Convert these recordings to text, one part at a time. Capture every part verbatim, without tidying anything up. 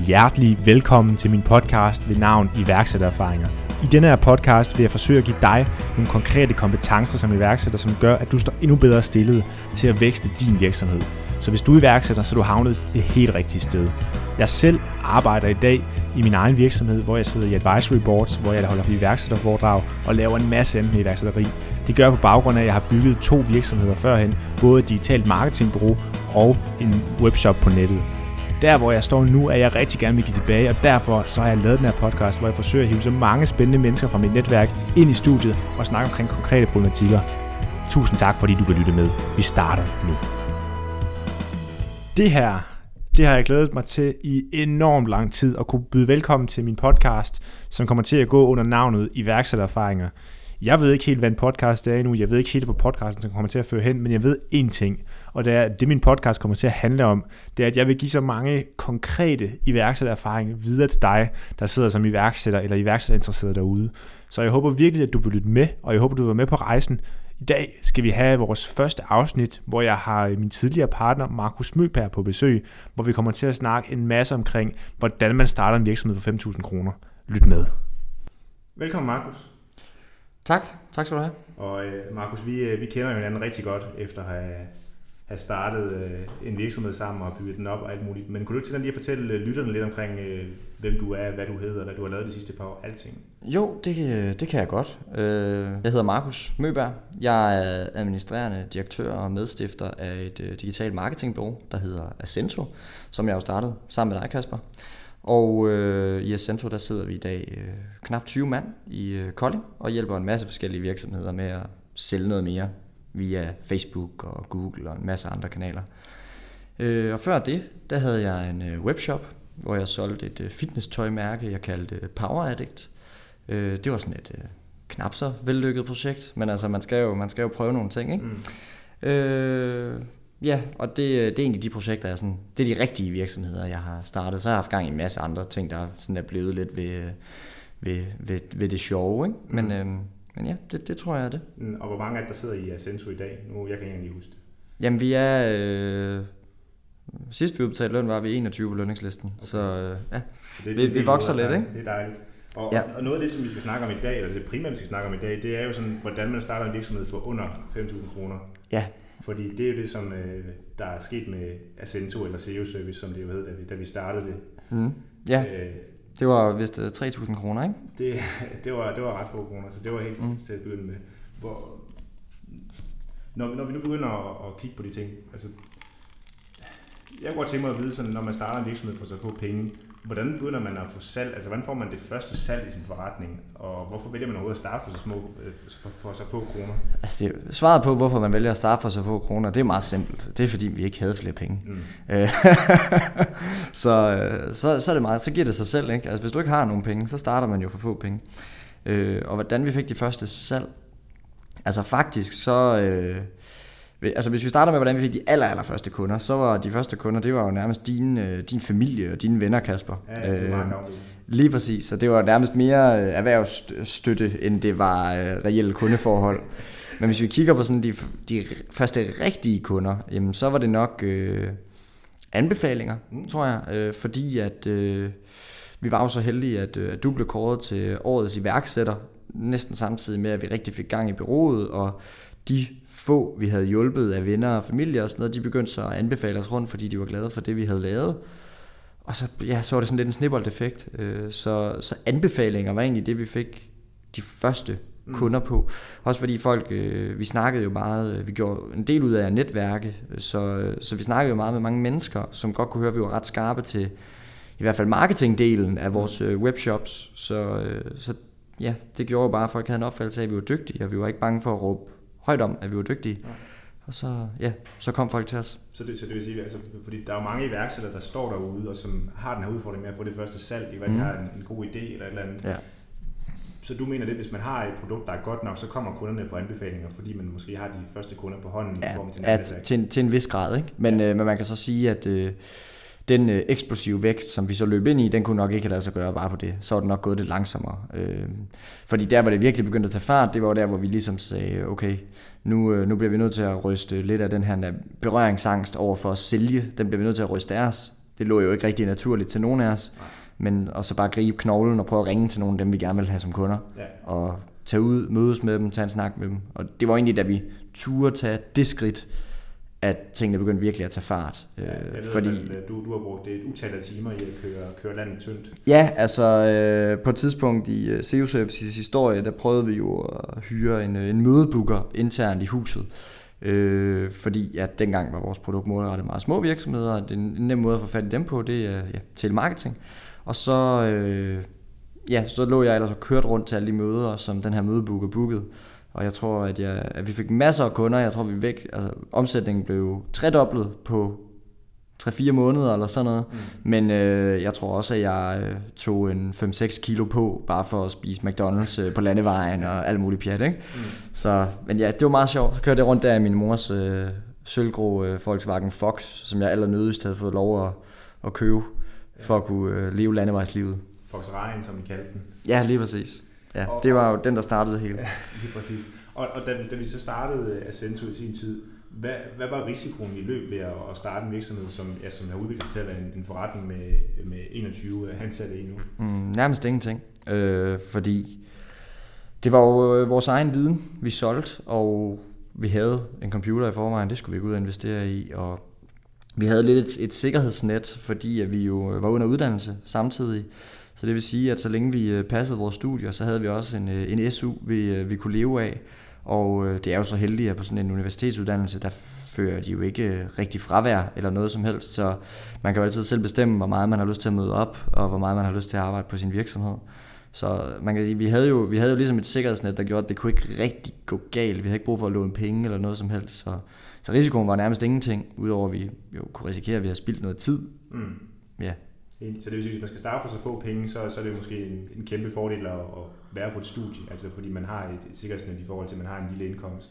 hjertelig velkommen til min podcast ved navn Iværksættererfaringer. I denne her podcast vil jeg forsøge at give dig nogle konkrete kompetencer som iværksætter, som gør, at du står endnu bedre stillet til at vækste din virksomhed. Så hvis du er iværksætter, så er du havnet et helt rigtigt sted. Jeg selv arbejder i dag i min egen virksomhed, hvor jeg sidder i advisory boards, hvor jeg holder iværksætterforedrag og laver en masse andet med iværksætteri. Det gør jeg på baggrund af, at jeg har bygget to virksomheder førhen, både et digitalt marketingbureau og en webshop på nettet. Der hvor jeg står nu, er jeg rigtig gerne vil give tilbage, og derfor så har jeg lavet den her podcast, hvor jeg forsøger at hive så mange spændende mennesker fra mit netværk ind i studiet og snakke omkring konkrete problematikker. Tusind tak, fordi du vil lytte med. Vi starter nu. Det her, det har jeg glædet mig til i enormt lang tid, at kunne byde velkommen til min podcast, som kommer til at gå under navnet Iværksættererfaringer. Jeg ved ikke helt, hvad en podcast er endnu. Jeg ved ikke helt, hvor podcasten kommer til at føre hen, men jeg ved én ting, og det er, at det min podcast kommer til at handle om, det er, at jeg vil give så mange konkrete iværksættererfaringer videre til dig, der sidder som iværksætter eller iværksætterinteresseret derude. Så jeg håber virkelig, at du vil lytte med, og jeg håber, du vil være med på rejsen. I dag skal vi have vores første afsnit, hvor jeg har min tidligere partner, Markus Møberg, på besøg, hvor vi kommer til at snakke en masse omkring, hvordan man starter en virksomhed for fem tusind kroner. Lyt med. Velkommen, Markus. Tak, tak skal du have. Og øh, Markus, vi, vi kender jo hinanden rigtig godt efter at have, have startet øh, en virksomhed sammen og bygget den op og alt muligt. Men kunne du ikke til den lige at fortælle øh, lytterne lidt omkring, øh, hvem du er, hvad du hedder, hvad du har lavet de sidste par år, alting? Jo, det, det kan jeg godt. Jeg hedder Markus Møberg. Jeg er administrerende direktør og medstifter af et øh, digitalt marketingbureau, der hedder Ascento, som jeg jo startede sammen med dig, Kasper. Og øh, i Ascento, der sidder vi i dag øh, knap tyve mand i øh, Kolding og hjælper en masse forskellige virksomheder med at sælge noget mere via Facebook og Google og en masse andre kanaler. Øh, og før det, der havde jeg en øh, webshop, hvor jeg solgte et øh, fitness-tøjmærke, jeg kaldte øh, Power Addict. Øh, det var sådan et øh, knap så vellykket projekt, men altså man skal jo, man skal jo prøve nogle ting, ikke? Mm. Øh, Ja, og det, det er egentlig de projekter, jeg sådan, det er de rigtige virksomheder, jeg har startet. Så har jeg haft gang i en masse andre ting, der sådan er blevet lidt ved, ved, ved, ved det sjove, ikke? Men, mm. øhm, men ja, det, det tror jeg er det. Og hvor mange er der sidder i Ascento i dag? Nu, jeg kan ikke huske det. Jamen vi er, øh, sidst vi udbetalte løn, var vi enogtyve på lønningslisten, okay. Så øh, ja, det, vi, det, vi vokser lidt, ikke? Det er dejligt. Og, ja. og noget af det, som vi skal snakke om i dag, eller det primære, vi skal snakke om i dag, det er jo sådan, hvordan man starter en virksomhed for under fem tusind kroner. Ja. Fordi det er jo det, som øh, der er sket med Ascento eller S E O Service, som det jo hed, da vi, da vi startede det. Mm. Ja, øh, det var vist uh, tre tusind kroner, ikke? Det, det, var, det var ret få kroner, så det var helt mm. til at begynde med. Hvor, når, når vi nu begynder at, at kigge på de ting, altså, jeg kunne godt tænke mig at vide, sådan, når man starter en virksomhed for så få penge, hvordan begynder man at få salg? Altså, hvordan får man det første salg i sin forretning? Og hvorfor vælger man overhovedet at starte for så, små, for, for så få kroner? Altså, det, svaret på, hvorfor man vælger at starte for så få kroner, det er meget simpelt. Det er, fordi vi ikke havde flere penge. Mm. så, så, så er det meget, så giver det sig selv, ikke? Altså, hvis du ikke har nogen penge, så starter man jo for få penge. Og hvordan vi fik de første salg? Altså, faktisk så... Øh, Altså hvis vi starter med, hvordan vi fik de aller, aller første kunder, så var de første kunder, det var jo nærmest din, din familie og dine venner, Kasper. Ja, det var meget øh, Lige præcis, så det var nærmest mere erhvervsstøtte, end det var reelle kundeforhold. Men hvis vi kigger på sådan de, de første rigtige kunder, jamen så var det nok øh, anbefalinger, mm. tror jeg. Øh, fordi at øh, vi var jo så heldige, at, at du blev kåret til årets iværksætter, næsten samtidig med, at vi rigtig fik gang i bureauet, og de få, vi havde hjulpet af venner og familie og sådan noget, de begyndte så at anbefale os rundt, fordi de var glade for det, vi havde lavet. Og så, ja, så var det sådan lidt en snibboldeffekt. Så, så anbefalinger var egentlig det, vi fik de første mm. kunder på. Også fordi folk, vi snakkede jo meget, vi gjorde en del ud af netværke, så, så vi snakkede jo meget med mange mennesker, som godt kunne høre, at vi var ret skarpe til i hvert fald marketingdelen af vores webshops. Så, så ja, det gjorde bare, at folk havde en opfattelse af, at vi var dygtige, og vi var ikke bange for at råbe højt om, at vi var dygtige. Ja. Og så, ja, så kom folk til os. Så det, så det vil sige, altså, fordi der er jo mange iværksættere, der står derude, og som har den her udfordring med at få det første salg, i hvad mm. de har en, en god idé eller et eller andet. Ja. Så du mener det, hvis man har et produkt, der er godt nok, så kommer kunderne på anbefalinger, fordi man måske har de første kunder på hånden? Ja, i form til, at, til, en, til en vis grad, ikke? Men, ja. øh, men man kan så sige, at øh, den øh, eksplosive vækst, som vi så løb ind i, den kunne nok ikke have ladet sig gøre bare på det. Så var det nok gået lidt langsommere. Øh, fordi der, hvor det virkelig begyndte at tage fart, det var der, hvor vi ligesom sagde, okay, nu, øh, nu bliver vi nødt til at ryste lidt af den her berøringsangst over for at sælge. Den bliver vi nødt til at ryste af os. det lå jo ikke rigtig naturligt til nogen af os, nej. Men og så bare gribe knoglen og prøve at ringe til nogle af dem, vi gerne vil have som kunder, ja. Og tage ud, mødes med dem, tage en snak med dem. Og det var egentlig, da vi turde tage det skridt, at tingene begyndte virkelig at tage fart. Ja, jeg ved, fordi at du, du har brugt et utal af timer i at køre, køre landet tyndt. Ja, altså øh, på et tidspunkt i uh, S E O Services historie, der prøvede vi jo at hyre en, en mødebooker internt i huset. Øh, fordi at dengang var vores produkt målrettet meget små virksomheder, og det er en nem måde at få fat i dem på, det er ja, telemarketing. Og så, øh, ja, så lå jeg ellers og kørte rundt til alle de møder, som den her mødebooker bookede. Og jeg tror, at, jeg, at vi fik masser af kunder. Jeg tror, vi væk, altså, omsætningen blev tredoblet på tre fire måneder eller sådan noget. Mm. Men øh, jeg tror også, at jeg øh, tog en fem seks kilo på, bare for at spise McDonald's øh, på landevejen og alt muligt pjat, ikke? Mm. Så, men ja, det var meget sjovt. Så kørte jeg rundt der i min mors øh, sølvgrå øh, Volkswagen Fox, som jeg allernødigst havde fået lov at, at købe, ja. For at kunne øh, leve landevejslivet. Fox Regn, som vi kaldte den. Ja, lige præcis. Ja, og, det var jo den, der startede hele. Ja, lige præcis. Og, og da, da vi så startede Ascento i sin tid, hvad, hvad var risikoen i løb ved at starte en virksomhed, som, ja, som har udviklet sig til at være en, en forretning med, med enogtyve ansatte endnu? Mm, nærmest ingenting, øh, fordi det var jo vores egen viden, vi solgte, og vi havde en computer i forvejen, det skulle vi ikke ud og investere i, og vi havde lidt et, et sikkerhedsnet, fordi at vi jo var under uddannelse samtidig. Så det vil sige, at så længe vi passede vores studier, så havde vi også en, en S U, vi, vi kunne leve af. Og det er jo så heldigt, at på sådan en universitetsuddannelse, der fører de jo ikke rigtig fravær eller noget som helst. Så man kan jo altid selv bestemme, hvor meget man har lyst til at møde op, og hvor meget man har lyst til at arbejde på sin virksomhed. Så man kan sige, vi havde jo, vi havde jo ligesom et sikkerhedsnet, der gjorde, at det kunne ikke rigtig gå galt. Vi havde ikke brug for at låne penge eller noget som helst. Så, så risikoen var nærmest ingenting, udover at vi jo kunne risikere, at vi havde spildt noget tid. Mm. Ja. Så det vil sige, hvis man skal starte for så få penge, så, så er det jo måske en, en kæmpe fordel at, at være på et studie, altså fordi man har et, et sikkerhedsnet i forhold til, at man har en lille indkomst.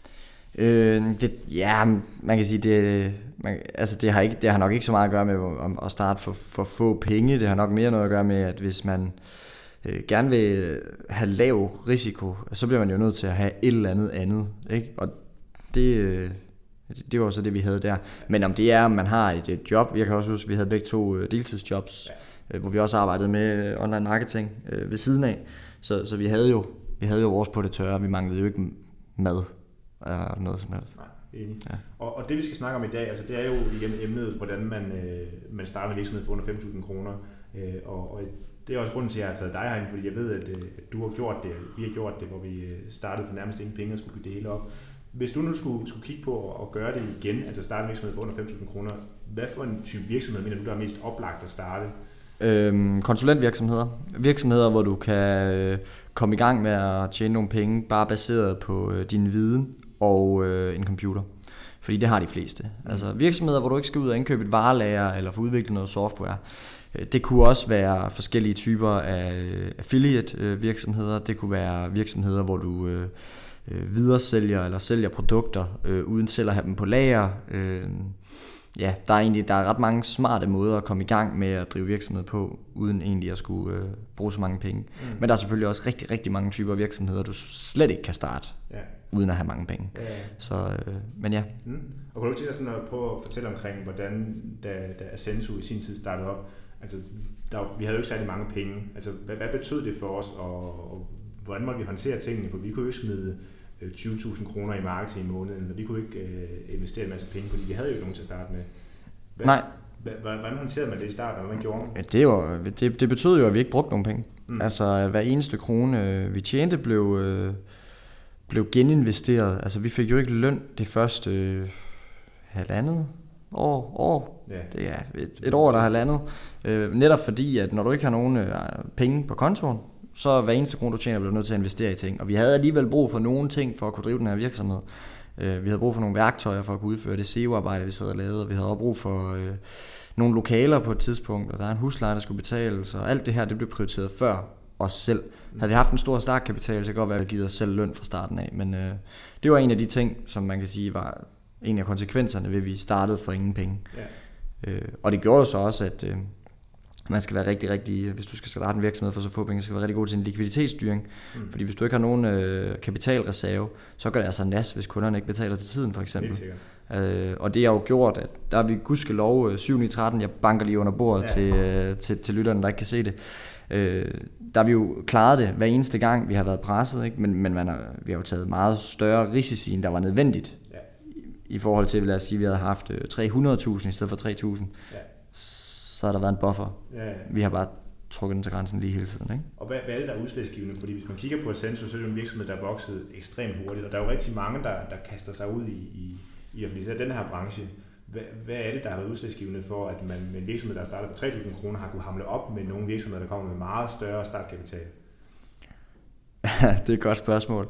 Øh, det, ja, man kan sige, det, man, altså det, har ikke, det har nok ikke så meget at gøre med at starte for, for få penge. Det har nok mere noget at gøre med, at hvis man øh, gerne vil have lav risiko, så bliver man jo nødt til at have et eller andet andet, ikke? Og det... Øh, Det var så det, vi havde der. Men om det er, om man har et, et job, jeg kan også huske, at vi havde begge to deltidsjobs, ja. Hvor vi også arbejdede med online marketing øh, ved siden af. Så, så vi, havde jo, vi havde jo vores på det tørre, vi manglede jo ikke mad eller noget som helst. Nej, enig. Ja. Og, og det vi skal snakke om i dag, altså det er jo igen emnet, hvordan man, øh, man starter en virksomhed for under fem tusind kroner. Øh, og, og det er også grunden til, at jeg har taget dig herind, fordi jeg ved, at, at du har gjort det, vi har gjort det, hvor vi startede for nærmest ingen penge og skulle bygge det hele op. Hvis du nu skulle, skulle kigge på at gøre det igen, altså starte en virksomhed for under fem tusind kroner, hvad for en type virksomhed mener du, der er mest oplagt at starte? Øhm, konsulentvirksomheder. Virksomheder, hvor du kan øh, komme i gang med at tjene nogle penge, bare baseret på øh, din viden og øh, en computer. Fordi det har de fleste. Mm. Altså virksomheder, hvor du ikke skal ud og indkøbe et varelager eller få udviklet noget software. Det kunne også være forskellige typer af affiliate virksomheder. Det kunne være virksomheder, hvor du øh, videresælger eller sælger produkter øh, uden selv at have dem på lager. Øh, ja, der er egentlig der er ret mange smarte måder at komme i gang med at drive virksomhed på, uden egentlig at skulle øh, bruge så mange penge. Mm. Men der er selvfølgelig også rigtig, rigtig mange typer virksomheder, du slet ikke kan starte, ja. Uden at have mange penge. Ja, ja. Så, øh, men ja. Mm. Og kan du tænke dig sådan at prøve at fortælle omkring, hvordan da, da Ascento i sin tid startede op, altså der, vi havde jo ikke særlig mange penge. Altså hvad, hvad betød det for os, og, og hvordan måtte vi håndtere tingene? For vi kunne jo ikke smide tyve tusind kroner i marketing i måneden, og vi kunne ikke øh, investere en masse penge, fordi vi havde jo ikke nogen til at starte med. Hvad, Nej. Hvordan håndterede man det i starten, og hvordan gjorde man? Ja, det, var, det, det betød jo, at vi ikke brugte nogen penge. Mm. Altså hver eneste krone, vi tjente, blev, øh, blev geninvesteret. Altså vi fik jo ikke løn det første øh, halvandet år. år. Ja. Det er et, et år, der er halvandet. Øh, netop fordi, at når du ikke har nogen øh, penge på kontoen, så hver eneste krone, du tjener, bliver du nødt til at investere i ting. Og vi havde alligevel brug for nogle ting for at kunne drive den her virksomhed. Vi havde brug for nogle værktøjer for at kunne udføre det S E O-arbejde, vi sad og lavede. Og vi havde også brug for øh, nogle lokaler på et tidspunkt, og der er en husleje, der skulle betales. Og alt det her, det blev prioriteret før os selv. Havde vi haft en stor startkapital, så kan det godt være, at vi givet os selv løn fra starten af. Men øh, det var en af de ting, som man kan sige var en af konsekvenserne ved, at vi startede for ingen penge. Ja. Øh, og det gjorde jo så også, at... Øh, man skal være rigtig, rigtig, hvis du skal starte en virksomhed for så få penge, så skal du være rigtig god til en likviditetsstyring. Mm. Fordi hvis du ikke har nogen øh, kapitalreserve, så gør det altså nas, hvis kunderne ikke betaler til tiden, for eksempel. Øh, og det har jo gjort, at der er vi gudskelov syv ni tretten, jeg banker lige under bordet ja. til, øh, til, til lytterne, der ikke kan se det. Øh, der har vi jo klaret det hver eneste gang, vi har været presset, ikke? Men, men man har, vi har jo taget meget større risici, end der var nødvendigt. Ja. I, I forhold til, lad os sige, at vi havde haft tre hundrede tusind i stedet for tre tusind. Ja. Så har der været en buffer. Ja, ja. Vi har bare trukket den til grænsen lige hele tiden. Ikke? Og hvad, hvad er det, der er udslagsgivende? Fordi hvis man kigger på Ascenso, så er det en virksomhed, der er vokset ekstremt hurtigt, og der er jo rigtig mange, der, der kaster sig ud i, i, i at forlige den her branche. Hvad, hvad er det, der har været udslagsgivende for, at man med en virksomhed, der starter på tre tusind kroner, har kunnet hamle op med nogle virksomheder, der kommer med meget større startkapital? Det er et godt spørgsmål.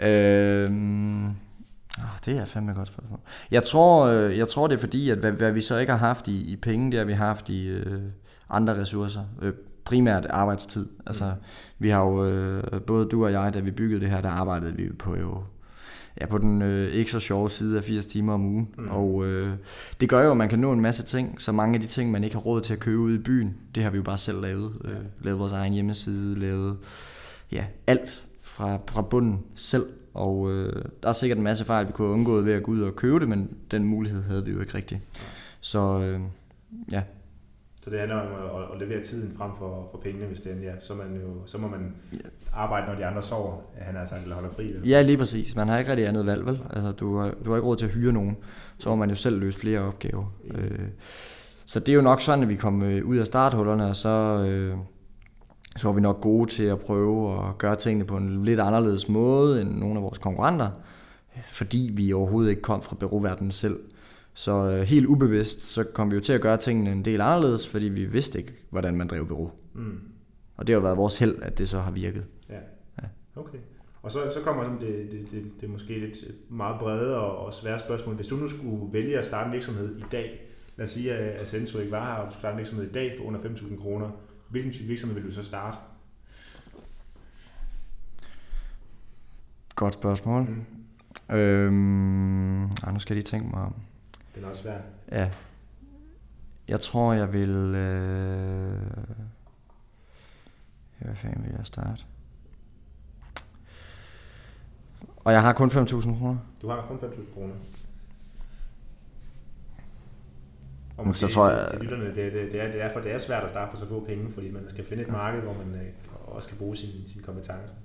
Øhm, det er fandme et godt spørgsmål. Jeg tror, jeg tror det er fordi, at hvad, hvad vi så ikke har haft i, i penge, det har vi haft i øh, andre ressourcer. Øh, primært arbejdstid. Altså, mm. vi har jo, øh, både du og jeg, da vi byggede det her, der arbejdede vi på jo ja, på den øh, ikke så sjove side af firs timer om ugen. Mm. Og øh, det gør jo, at man kan nå en masse ting, så mange af de ting, man ikke har råd til at købe ude i byen, det har vi jo bare selv lavet. Øh, lavet vores egen hjemmeside, lavet ja, alt fra, fra bunden selv. Og øh, der er sikkert en masse fejl, vi kunne have undgået ved at gå ud og købe det, men den mulighed havde vi jo ikke rigtigt. Så øh, ja. Så det handler om at, at levere tiden frem for, for pengene, hvis det endelig er. Så, man jo, så må man arbejde, når de andre sover, han har sagt, eller holder fri. Eller? Ja, lige præcis. Man har ikke rigtig andet valg, vel? Altså, du, har, du har ikke råd til at hyre nogen, så må man jo selv løse flere opgaver. Mm. Øh, så det er jo nok sådan, at vi kommer ud af starthullerne, og så, øh, så er vi nok gode til at prøve at gøre tingene på en lidt anderledes måde end nogle af vores konkurrenter, fordi vi overhovedet ikke kom fra bureauverdenen selv. Så øh, helt ubevidst, så kom vi jo til at gøre tingene en del anderledes, fordi vi vidste ikke, hvordan man drev bureau. Mm. Og det har jo været vores held, at det så har virket. Ja, ja. Okay. Og så, så kommer det, det, det, det måske lidt meget brede og, og svære spørgsmål. Hvis du nu skulle vælge at starte en virksomhed i dag, lad os sige, at Ascenso ikke var her, og du skulle starte en virksomhed i dag for under fem tusind kroner, hvilken type virksomhed vil du så starte? Godt spørgsmål. Mm. Øhm, ej, nu skal jeg lige tænke mig om. Det er også svært. Ja. Jeg tror, jeg vil... Øh... Hvad fanden vil jeg starte? Og jeg har kun fem tusind kroner. Du har kun fem tusind kroner. Og måske så tror jeg, til, til lytterne, det, det, det, er, det, er, for det er svært at starte for så få penge, fordi man skal finde et marked, hvor man øh, også kan bruge sine sin kompetencer.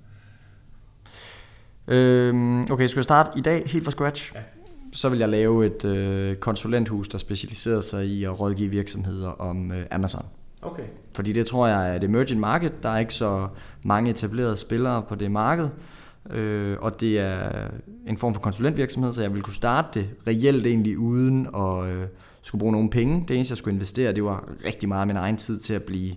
Øhm, okay, skal jeg starte i dag helt fra scratch? Ja. Så vil jeg lave et øh, konsulenthus, der specialiserer sig i at rådgive virksomheder om øh, Amazon. Okay. Fordi det tror jeg er et emerging market. Der er ikke så mange etablerede spillere på det marked. Øh, og det er en form for konsulentvirksomhed, så jeg ville kunne starte det reelt egentlig uden at øh, skulle bruge nogle penge. Det eneste, jeg skulle investere, det var rigtig meget af min egen tid til at blive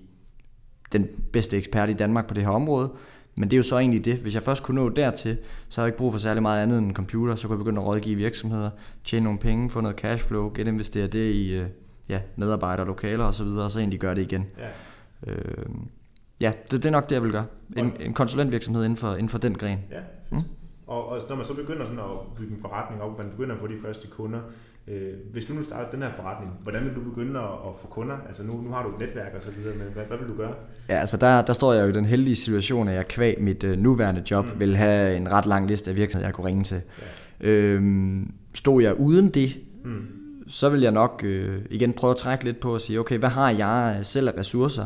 den bedste ekspert i Danmark på det her område. Men det er jo så egentlig det. Hvis jeg først kunne nå dertil, så har jeg ikke brug for særlig meget andet end en computer. Så kunne jeg begynde at rådgive virksomheder, tjene nogle penge, få noget cashflow, geninvestere det i ja, medarbejdere, lokaler osv., og så egentlig gøre det igen. Ja, øh, ja det, det er nok det, jeg vil gøre. En, en konsulentvirksomhed inden for, inden for den gren. Ja, fedt. Mm. Og, og når man så begynder sådan at bygge en forretning op, man begynder at få de første kunder, øh, hvis du nu starter den her forretning, hvordan vil du begynde at, at få kunder? Altså nu, nu har du et netværk og så videre, men hvad, hvad vil du gøre? Ja, altså der, der står jeg jo i den heldige situation, at jeg kvæg mit øh, nuværende job mm. vil have en ret lang liste af virksomheder, jeg kunne ringe til. Ja. Øhm, stod jeg uden det, mm. så vil jeg nok øh, igen prøve at trække lidt på og sige, okay, hvad har jeg selv af ressourcer?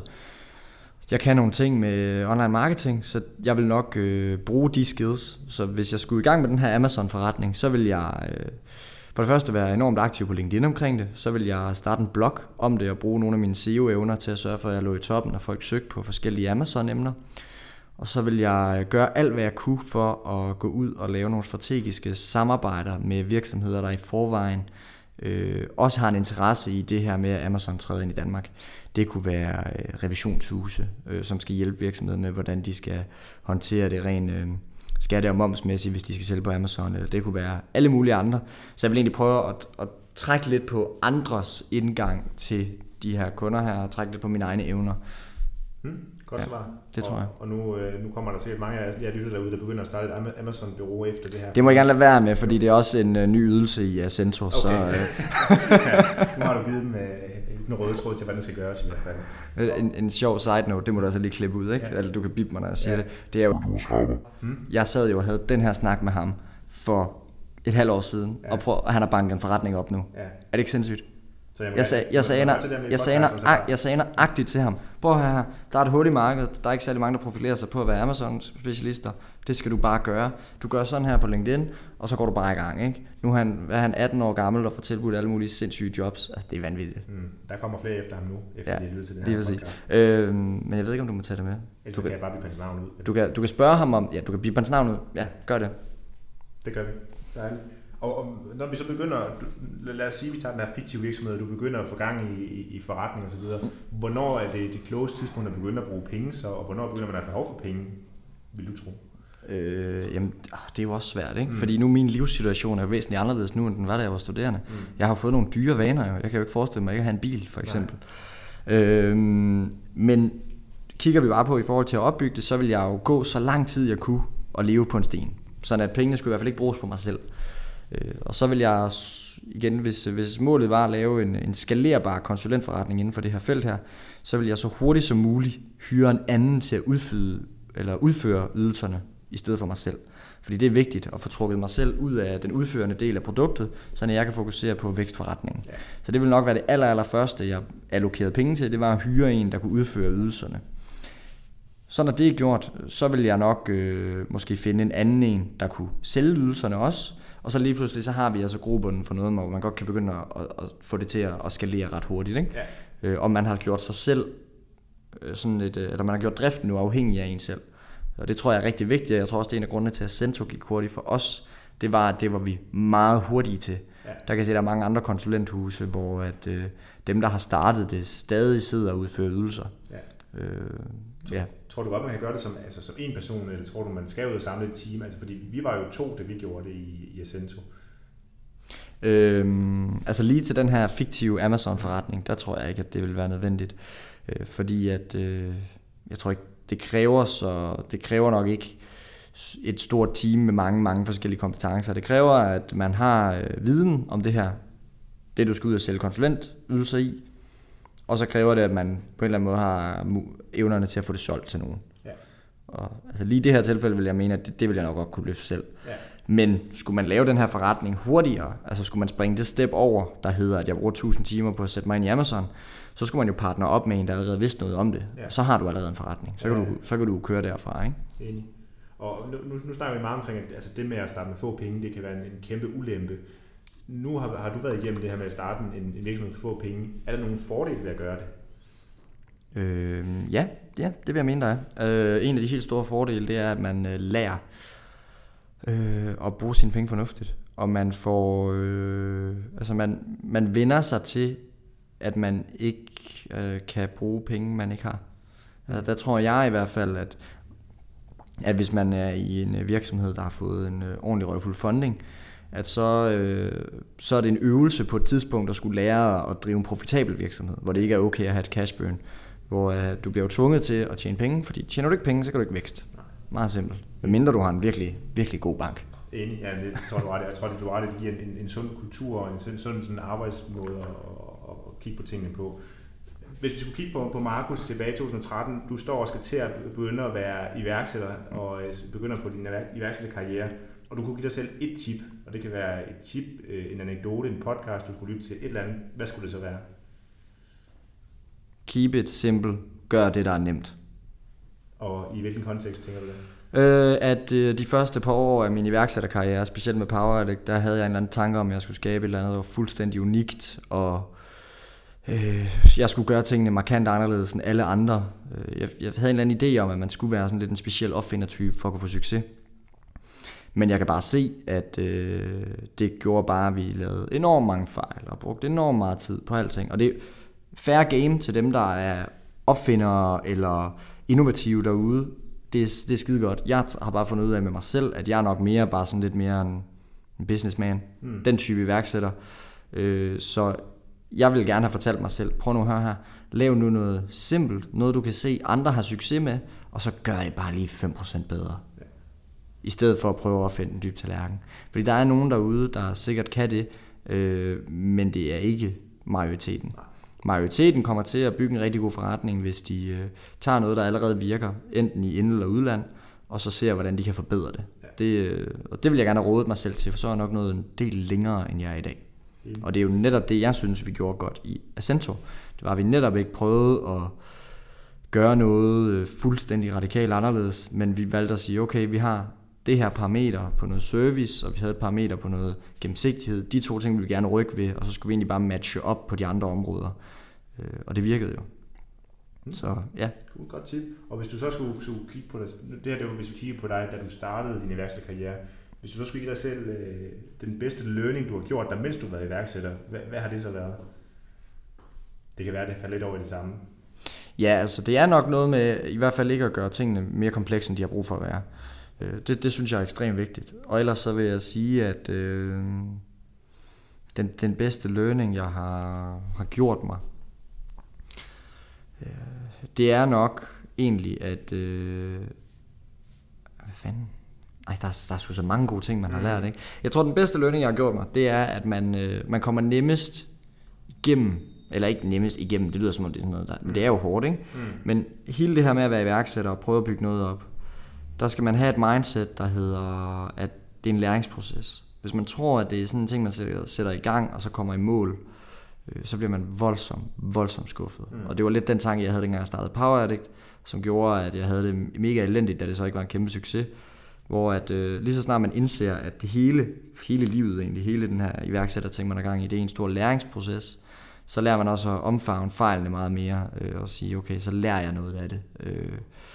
Jeg kan nogle ting med online marketing, så jeg vil nok øh, bruge de skills. Så hvis jeg skulle i gang med den her Amazon-forretning, så vil jeg øh, for det første være enormt aktiv på LinkedIn omkring det. Så vil jeg starte en blog om det og bruge nogle af mine S E O-evner til at sørge for, at jeg lå i toppen, når folk søgte på forskellige Amazon-emner. Og så vil jeg gøre alt, hvad jeg kunne for at gå ud og lave nogle strategiske samarbejder med virksomheder, der i forvejen øh, også har en interesse i det her med, at Amazon træder ind i Danmark. Det kunne være øh, revisionshuse, øh, som skal hjælpe virksomheder med, hvordan de skal håndtere det rent øh, skatte- og momsmæssigt, hvis de skal sælge på Amazon. Eller det kunne være alle mulige andre. Så jeg vil egentlig prøve at, at trække lidt på andres indgang til de her kunder her, og trække lidt på mine egne evner. Hmm, godt svar. Ja, det tror og, jeg. Og nu, øh, nu kommer der sikkert mange af jer lytter derude, der begynder at starte et Amazon-bureau efter det her. Det må jeg gerne lade være med, fordi det er også en uh, ny ydelse i Ascenso. Okay. Så, uh... ja, nu har du givet dem uh, en røde tråd til, hvad den skal gøres i hvert fald. En, en sjov side note, det må du altså lige klippe ud, ikke? Ja. Eller du kan bippe mig, når jeg siger ja. det. Det er jo, hmm? jeg sad jo og havde den her snak med ham for et halvt år siden, ja. og, prøv, og han har banket en forretning op nu. Ja. Er det ikke sindssygt? Så jeg, jeg, sag, jeg, sagde, jeg, jeg, sagde, jeg sagde nøjagtigt til ham, prøv her, der er et hul i markedet, der er ikke særlig mange, der profilerer sig på at være Amazon-specialister, det skal du bare gøre. Du gør sådan her på LinkedIn, og så går du bare i gang. Ikke? Nu er han, er han atten år gammel og får tilbudt alle mulige sindssyge jobs. Altså, det er vanvittigt. Mm, der kommer flere efter ham nu, efter ja, de har lyttet til det her podcast. Øhm, men jeg ved ikke, om du må tage det med. Ellers du kan jeg bare blive hans navn ud. Du kan, du kan spørge ham om, ja, du kan blive hans navn ud. Ja, gør det. Det gør vi. Dejligt. Og, og når vi så begynder, lad os sige, at vi tager den her fiktive virksomhed, og du begynder at få gang i, i, i forretning og så videre. Hvornår er det det klogeste tidspunkt at begynde at bruge penge så, og hvornår begynder man at have behov for penge, vil du tro? Øh, jamen, det er jo også svært, ikke? Mm. Fordi nu min livssituation er væsentligt anderledes nu, end den var, da jeg var studerende. Mm. Jeg har fået nogle dyre vaner, jo. Jeg kan jo ikke forestille mig ikke at have en bil, for eksempel. Øh, men kigger vi bare på i forhold til at opbygge det, så vil jeg jo gå så lang tid, jeg kunne, og leve på en sten. Sådan at pengene skulle i hvert fald ikke bruges på mig selv. Øh, og så vil jeg igen, hvis, hvis målet var at lave en, en skalerbar konsulentforretning inden for det her felt her, så vil jeg så hurtigt som muligt hyre en anden til at udføre, eller udføre ydelserne i stedet for mig selv. Fordi det er vigtigt at få trukket mig selv ud af den udførende del af produktet, så jeg kan fokusere på vækstforretningen. Ja. Så det vil nok være det aller, aller første, jeg allokerede penge til, det var at hyre en, der kunne udføre ydelserne. Så når det er gjort, så vil jeg nok øh, måske finde en anden en, der kunne sælge ydelserne også. Og så lige pludselig, så har vi altså grobunden for noget, hvor man godt kan begynde at, at, at få det til at, at skalere ret hurtigt. Ikke? Ja. Øh, og man har gjort sig selv, øh, sådan et, eller man har gjort driften nu afhængig af en selv. Og det tror jeg er rigtig vigtigt, og jeg tror også, det er en af grundene til, at Cento gik hurtigt for os. Det var, at det var vi meget hurtige til. Ja. Der kan jeg se, at der er mange andre konsulenthuse, hvor at, øh, dem, der har startet det, stadig sidder og udfører ydelser. Ja. Øh, ja. Tror du godt, man kan gøre det som, altså, som en person, eller tror du, man skal ud og samle et team? Altså, fordi vi var jo to, da vi gjorde det i, i Cento. Øhm, altså lige til den her fiktive Amazon-forretning, der tror jeg ikke, at det vil være nødvendigt. Øh, fordi at, øh, jeg tror ikke, det kræver, så, det kræver nok ikke et stort team med mange, mange forskellige kompetencer. Det kræver, at man har øh, viden om det her, det du skal ud og sælge konsulentydelser i, og så kræver det, at man på en eller anden måde har evnerne til at få det solgt til nogen. Ja. Og, altså lige i det her tilfælde vil jeg mene, at det, det vil jeg nok godt kunne løfte selv. Ja. Men skulle man lave den her forretning hurtigere, altså skulle man springe det step over, der hedder, at jeg bruger tusind timer på at sætte mig ind i Amazon, så skulle man jo partnere op med en, der allerede vidste noget om det. Ja. Så har du allerede en forretning. Så kan, ja. du, så kan du køre derfra, ikke? Enig. Og nu, nu, nu snakker vi meget omkring, at altså det med at starte med få penge, det kan være en, en kæmpe ulempe. Nu har, har du været igennem det her med at starte en, en virksomhed for få penge. Er der nogen fordele ved at gøre det? Øh, ja, ja, det vil jeg mene, der er. Øh, en af de helt store fordele, det er, at man øh, lærer øh, at bruge sine penge fornuftigt. Og man får, øh, altså man, man vender sig til, at man ikke øh, kan bruge penge, man ikke har. Altså, der tror jeg i hvert fald, at, at hvis man er i en virksomhed, der har fået en øh, ordentlig røvfuld funding, at så, øh, så er det en øvelse på et tidspunkt at skulle lære at drive en profitabel virksomhed, hvor det ikke er okay at have et cash burn, hvor øh, du bliver tvunget til at tjene penge, fordi tjener du ikke penge, så kan du ikke vækst. Meget simpelt. Medmindre du har en virkelig, virkelig god bank. Enig, ja, det tror du ret. Jeg tror, det du ret, det giver en, en, en sund kultur og en sund, sund sådan arbejdsmåde at, at, at kigge på tingene på. Hvis vi skulle kigge på, på Markus tilbage i to tusind og tretten, du står og skal til at begynde at være iværksætter og begynder på din iværksætterkarriere, og du kunne give dig selv et tip, og det kan være et tip, en anekdote, en podcast, du skulle lytte til, et eller andet. Hvad skulle det så være? Keep it simple. Gør det, der er nemt. Og i hvilken kontekst tænker du det? Øh, at øh, de første par år af min iværksætterkarriere, specielt med PowerAddict, der havde jeg en eller anden tanke om, at jeg skulle skabe et eller andet, der var fuldstændig unikt, og øh, jeg skulle gøre tingene markant anderledes end alle andre. Jeg, jeg havde en eller anden idé om, at man skulle være sådan lidt en speciel opfindertype for at kunne få succes. Men jeg kan bare se, at øh, det gjorde bare, at vi lavede enormt mange fejl og brugte enormt meget tid på alting. Og det er fair game til dem, der er opfindere eller innovative derude. Det er, det er skide godt. Jeg har bare fundet ud af med mig selv, at jeg er nok mere bare sådan lidt mere en, en businessman. Mm. Den type iværksætter. Øh, så jeg vil gerne have fortalt mig selv, prøv nu at høre her, lav nu noget simpelt, noget du kan se, andre har succes med, og så gør det bare lige fem procent bedre. Ja. I stedet for at prøve at finde en dyb tallerken. Fordi der er nogen derude, der sikkert kan det, øh, men det er ikke majoriteten. Nej. Majoriteten kommer til at bygge en rigtig god forretning, hvis de øh, tager noget, der allerede virker, enten i ind- eller udland, og så ser, hvordan de kan forbedre det. Ja. det, og det vil jeg gerne have rådet mig selv til, for så er jeg nok noget en del længere, end jeg er i dag. Mm. Og det er jo netop det, jeg synes, vi gjorde godt i Acento. Det var, at vi netop ikke prøvede at gøre noget fuldstændig radikalt anderledes, men vi valgte at sige, okay, vi har det her parameter på noget service, og vi havde et parameter på noget gennemsigtighed. De to ting ville vi gerne rykke ved, og så skulle vi egentlig bare matche op på de andre områder. Og det virkede jo. Mm. Så ja. Godt tip. Og hvis du så skulle, skulle kigge på det, det her det var, hvis vi kigger på dig, da du startede din iværksætterkarriere, hvis du så skulle give dig selv øh, den bedste learning, du har gjort der, mens du har været iværksætter, hvad, hvad har det så været? Det kan være, at det falder lidt over i det samme. Ja, altså det er nok noget med, i hvert fald ikke at gøre tingene mere komplekse, end de har brug for at være. Det, det synes jeg er ekstremt vigtigt. Og ellers så vil jeg sige, at øh, den, den bedste learning, jeg har, har gjort mig, øh, det er nok egentlig, at... Øh, hvad fanden? Ej, der, der er sgu så mange gode ting, man har lært, ikke? Jeg tror, den bedste learning, jeg har gjort mig, det er, at man, øh, man kommer nemmest igennem, eller ikke nemmest igennem, det lyder som om det er sådan noget der, men det er jo hårdt, ikke? Mm. Men hele det her med at være iværksætter og prøve at bygge noget op, der skal man have et mindset, der hedder, at det er en læringsproces. Hvis man tror, at det er sådan en ting, man sætter i gang, og så kommer i mål, øh, så bliver man voldsomt, voldsomt skuffet. Mm. Og det var lidt den tanke, jeg havde, dengang jeg startede Power Addict, som gjorde, at jeg havde det mega elendigt, da det så ikke var en kæmpe succes. Hvor at, øh, lige så snart man indser, at det hele, hele livet egentlig, hele den her iværksætterting, man er gang i, det er en stor læringsproces, så lærer man også at omfavne fejlene meget mere, øh, og sige, okay, så lærer jeg noget af det. Øh,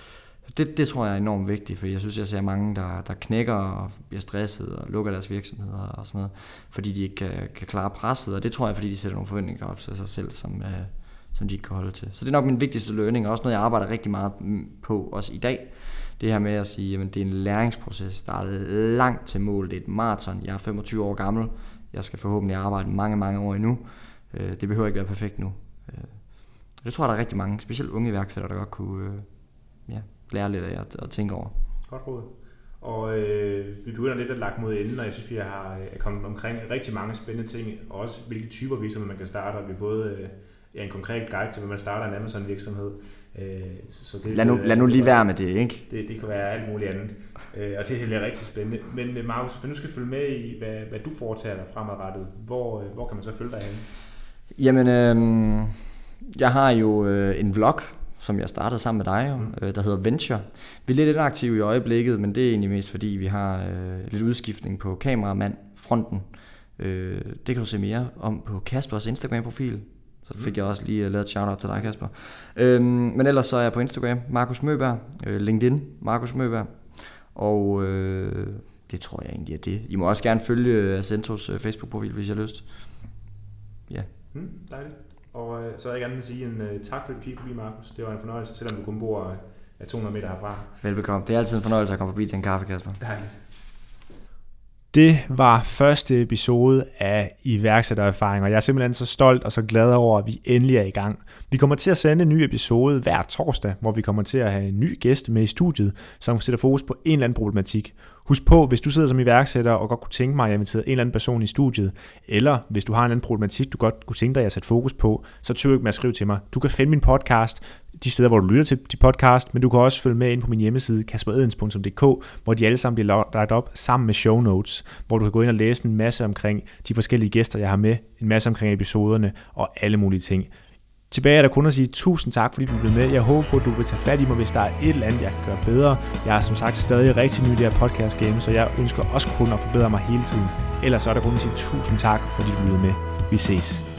Det, det tror jeg er enormt vigtigt, for jeg synes, jeg ser mange, der, der knækker og bliver stresset og lukker deres virksomheder og sådan noget, fordi de ikke kan, kan klare presset, og det tror jeg, fordi de sætter nogle forventninger op til sig selv, som, øh, som de ikke kan holde til. Så det er nok min vigtigste learning, og også noget, jeg arbejder rigtig meget på, også i dag. Det her med at sige, at det er en læringsproces, der er langt til mål, det er et maraton. Jeg er femogtyve år gammel, jeg skal forhåbentlig arbejde mange, mange år endnu. Øh, det behøver ikke være perfekt nu. Øh, det tror jeg, der er rigtig mange, specielt unge iværksættere, der godt kunne... Øh, ja, lære lidt af at, at tænke over. Godt råd. Og øh, vi begynder lidt at lagt mod enden, og jeg synes, vi har kommet omkring rigtig mange spændende ting, og også hvilke typer virksomheder man kan starte, og vi har fået øh, ja, en konkret guide til, hvordan man starter en Amazon-virksomhed. Øh, så det, lad, nu, lad nu lige være med det, ikke? Det, det kan være alt muligt andet, øh, og det er rigtig spændende. Men Markus, hvis du skal følge med i, hvad, hvad du foretager dig fremadrettet, hvor, hvor kan man så følge dig hen? Jamen, øh, jeg har jo øh, en vlog, som jeg startede sammen med dig, mm. der hedder Venture. Vi er lidt inaktive i øjeblikket, men det er egentlig mest fordi, vi har øh, lidt udskiftning på kameramand-fronten. Øh, det kan du se mere om på Kaspers Instagram-profil. Så fik mm. jeg også lige uh, lavet et shout-out til dig, Kasper. Øh, men ellers så er jeg på Instagram, Markus Møberg, øh, LinkedIn, Markus Møberg. Og øh, det tror jeg egentlig er det. I må også gerne følge Acentos uh, Facebook-profil, hvis I har lyst. Ja. Yeah. Mm, dejligt. Og øh, så er jeg gerne vil sige en øh, tak, fordi du kiggede forbi, Markus. Det var en fornøjelse, selvom du kun bor øh, to hundrede meter herfra. Velbekomme. Det er altid en fornøjelse at komme forbi til en kaffe, Kasper. Dejligt. Det var første episode af iværksættererfaring, og jeg er simpelthen så stolt og så glad over, at vi endelig er i gang. Vi kommer til at sende en ny episode hver torsdag, hvor vi kommer til at have en ny gæst med i studiet, som sætter fokus på en eller anden problematik. Husk på, hvis du sidder som iværksætter og godt kunne tænke mig at invitere en eller anden person i studiet, eller hvis du har en anden problematik, du godt kunne tænke dig at sætte fokus på, så tøv ikke med at skrive til mig. Du kan finde min podcast de steder, hvor du lytter til de podcast, men du kan også følge med ind på min hjemmeside kasper edens punktum d k, hvor de alle sammen bliver lagt op sammen med show notes, hvor du kan gå ind og læse en masse omkring de forskellige gæster, jeg har med, en masse omkring episoderne og alle mulige ting. Tilbage er der kun at sige tusind tak, fordi du blev med. Jeg håber på, at du vil tage fat i mig, hvis der er et eller andet, jeg kan gøre bedre. Jeg er som sagt stadig rigtig ny i det her podcast game, så jeg ønsker også kun at forbedre mig hele tiden. Ellers så er der kun at sige tusind tak, fordi du blev med. Vi ses.